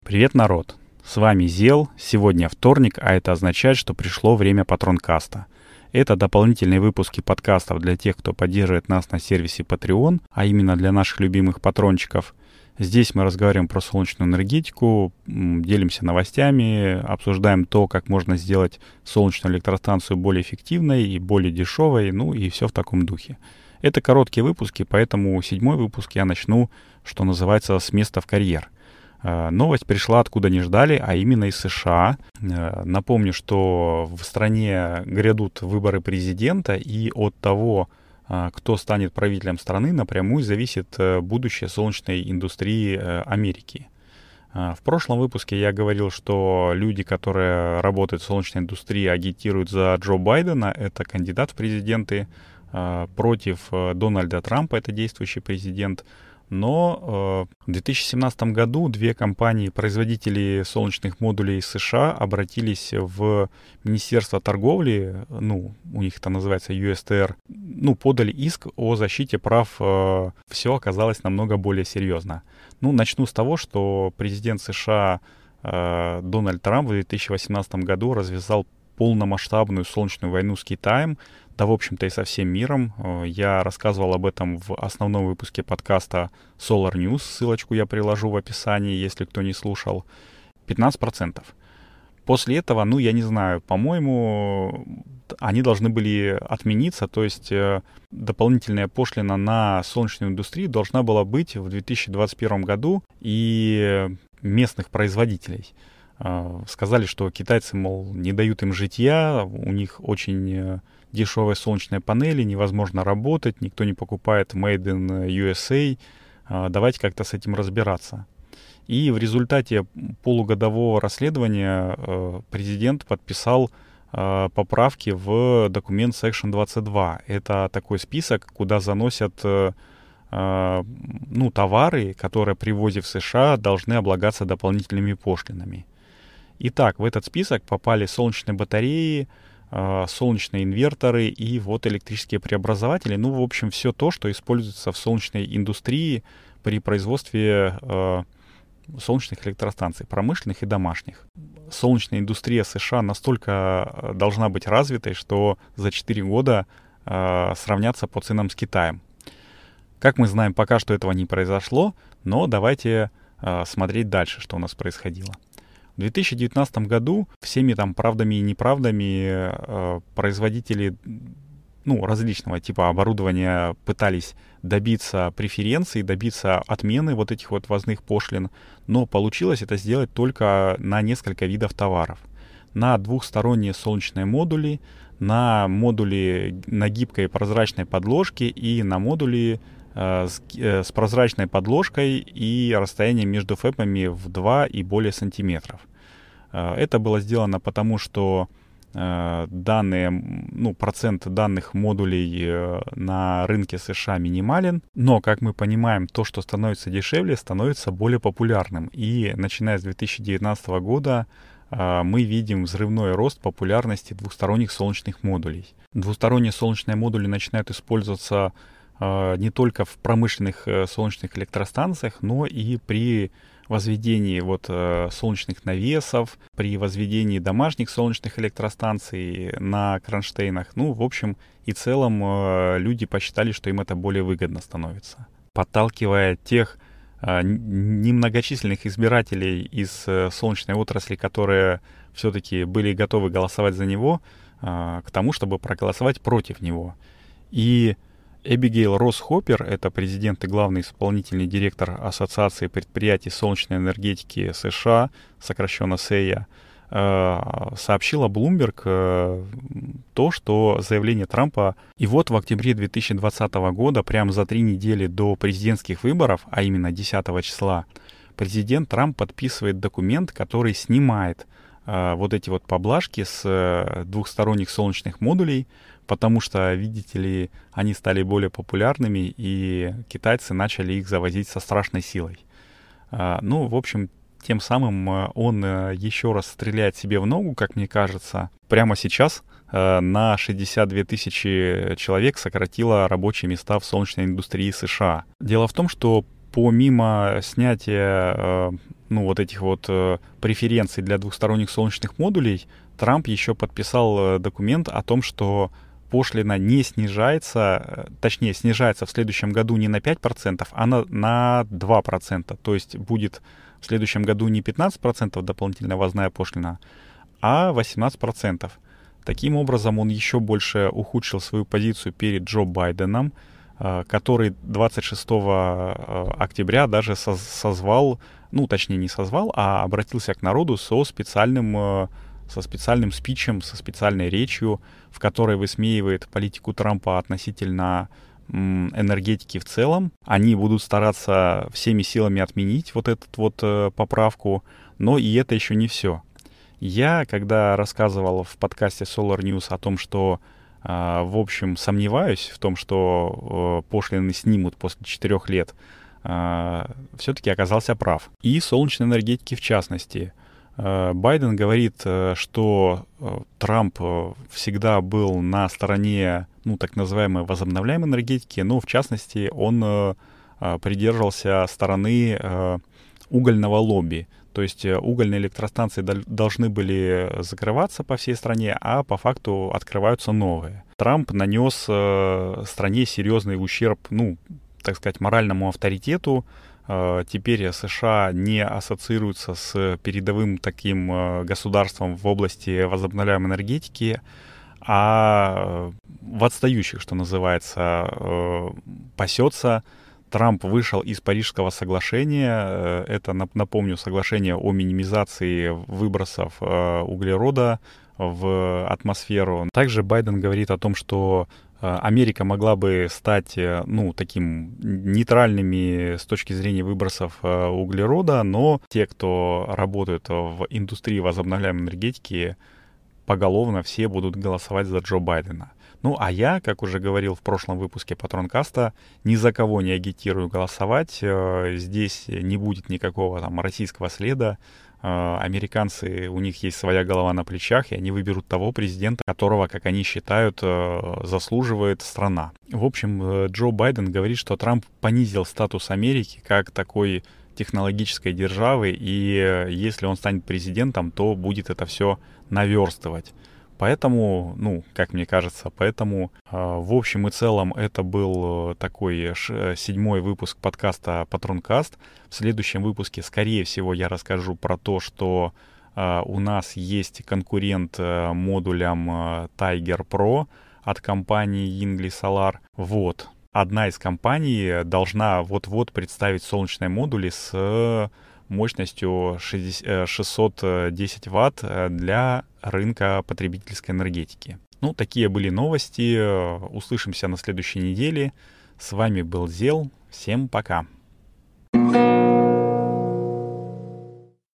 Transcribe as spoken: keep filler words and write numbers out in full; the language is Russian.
Привет, народ! С вами Зел. Сегодня вторник, а это означает, что пришло время Патронкаста. Это дополнительные выпуски подкастов для тех, кто поддерживает нас на сервисе Patreon, а именно для наших любимых патрончиков. Здесь мы разговариваем про солнечную энергетику, делимся новостями, обсуждаем то, как можно сделать солнечную электростанцию более эффективной и более дешевой, ну и все в таком духе. Это короткие выпуски, поэтому седьмой выпуск я начну, что называется, с места в карьер. Новость пришла откуда не ждали, а именно из США. Напомню, что в стране грядут выборы президента, и от того, кто станет правителем страны, напрямую зависит будущее солнечной индустрии Америки. В прошлом выпуске я говорил, что люди, которые работают в солнечной индустрии, агитируют за Джо Байдена, это кандидат в президенты, против Дональда Трампа, это действующий президент. Но э, в две тысячи семнадцатом году две компании-производители солнечных модулей из США обратились в Министерство торговли, ну, у них это называется ю эс ти эр, ну, подали иск о защите прав. Э, все оказалось намного более серьезно. Ну, начну с того, что президент США э, Дональд Трамп в две тысячи восемнадцатом году развязал полномасштабную солнечную войну с Китаем, да, в общем-то, и со всем миром. Я рассказывал об этом в основном выпуске подкаста Solar News. Ссылочку я приложу в описании, если кто не слушал. пятнадцать процентов. После этого, ну, я не знаю, по-моему, они должны были отмениться. То есть дополнительная пошлина на солнечную индустрию должна была быть в две тысячи двадцать первом году и местных производителей. Сказали, что китайцы, мол, не дают им житья, у них очень дешевые солнечные панели, невозможно работать, никто не покупает Made in ю эс эй, давайте как-то с этим разбираться. И в результате полугодового расследования президент подписал поправки в документ Section двадцать два. Это такой список, куда заносят ну, товары, которые при ввозе в США должны облагаться дополнительными пошлинами. Итак, в этот список попали солнечные батареи, солнечные инверторы и вот электрические преобразователи. Ну, в общем, все то, что используется в солнечной индустрии при производстве э, солнечных электростанций, промышленных и домашних. Солнечная индустрия США настолько должна быть развитой, что за четыре года э, сравняться по ценам с Китаем. Как мы знаем, пока что этого не произошло, но давайте э, смотреть дальше, что у нас происходило. В две тысячи девятнадцатом году всеми там правдами и неправдами э, производители ну, различного типа оборудования пытались добиться преференций, добиться отмены вот этих вот ввозных пошлин, но получилось это сделать только на несколько видов товаров. На двухсторонние солнечные модули, на модули на гибкой прозрачной подложке и на модули э, с, э, с прозрачной подложкой и расстоянием между фэпами в два и более сантиметров. Это было сделано потому, что э, данные, ну, процент данных модулей э, на рынке США минимален, но, как мы понимаем, то, что становится дешевле, становится более популярным. И начиная с две тысячи девятнадцатого года э, мы видим взрывной рост популярности двухсторонних солнечных модулей. Двусторонние солнечные модули начинают использоваться э, не только в промышленных э, солнечных электростанциях, но и при возведении вот, э, солнечных навесов, при возведении домашних солнечных электростанций на кронштейнах. Ну, в общем и целом, э, люди посчитали, что им это более выгодно становится. Подталкивая тех э, немногочисленных избирателей из э, солнечной отрасли, которые все-таки были готовы голосовать за него, э, к тому, чтобы проголосовать против него. И Эбигейл Росс-Хоппер, это президент и главный исполнительный директор Ассоциации предприятий солнечной энергетики США, сокращенно сея, сообщила Bloomberg то, что заявление Трампа... И вот в октябре две тысячи двадцатого года, прямо за три недели до президентских выборов, а именно десятого числа, президент Трамп подписывает документ, который снимает вот эти вот поблажки с двухсторонних солнечных модулей, потому что, видите ли, они стали более популярными, и китайцы начали их завозить со страшной силой. Ну, в общем, тем самым он еще раз стреляет себе в ногу, как мне кажется. Прямо сейчас на шестьдесят две тысячи человек сократило рабочие места в солнечной индустрии США. Дело в том, что помимо снятия ну, вот этих вот преференций для двухсторонних солнечных модулей, Трамп еще подписал документ о том, что пошлина не снижается, точнее, снижается в следующем году не на пять процентов, а на, на два процента. То есть будет в следующем году не пятнадцать процентов дополнительная ввозная пошлина, а восемнадцать процентов. Таким образом, он еще больше ухудшил свою позицию перед Джо Байденом, который двадцать шестого октября даже созвал, ну, точнее, не созвал, а обратился к народу со специальным, со специальным спичем, со специальной речью, в которой высмеивает политику Трампа относительно энергетики в целом. Они будут стараться всеми силами отменить вот эту вот поправку, но и это еще не все. Я, когда рассказывал в подкасте Solar News о том, что, э, в общем, сомневаюсь в том, что э, пошлины снимут после четырех лет, э, все-таки оказался прав. И солнечной энергетики в частности. Э, Байден говорит, э, что э, Трамп э, всегда был на стороне, ну, так называемой возобновляемой энергетики, но, в частности, он э, придерживался стороны э, угольного лобби. То есть угольные электростанции должны были закрываться по всей стране, а по факту открываются новые. Трамп нанес э, стране серьезный ущерб, ну, так сказать, моральному авторитету. Э, теперь США не ассоциируются с передовым таким э, государством в области возобновляемой энергетики, а в отстающих, что называется, э, пасется. Трамп вышел из Парижского соглашения. Это, напомню, соглашение о минимизации выбросов углерода в атмосферу. Также Байден говорит о том, что Америка могла бы стать, ну, таким нейтральными с точки зрения выбросов углерода, но те, кто работают в индустрии возобновляемой энергетики, поголовно все будут голосовать за Джо Байдена. Ну, а я, как уже говорил в прошлом выпуске Патронкаста, ни за кого не агитирую голосовать. Здесь не будет никакого там российского следа. Американцы, у них есть своя голова на плечах, и они выберут того президента, которого, как они считают, заслуживает страна. В общем, Джо Байден говорит, что Трамп понизил статус Америки как такой технологической державы, и если он станет президентом, то будет это все наверстывать. Поэтому, ну, как мне кажется, поэтому э, в общем и целом это был такой ш- седьмой выпуск подкаста Патронкаст. В следующем выпуске, скорее всего, я расскажу про то, что э, у нас есть конкурент э, модулям э, Tiger Pro от компании Yingli Solar. Вот. Одна из компаний должна вот-вот представить солнечные модули с мощностью шестьсот десять ватт для рынка потребительской энергетики. Ну, такие были новости. Услышимся на следующей неделе. С вами был Зел. Всем пока.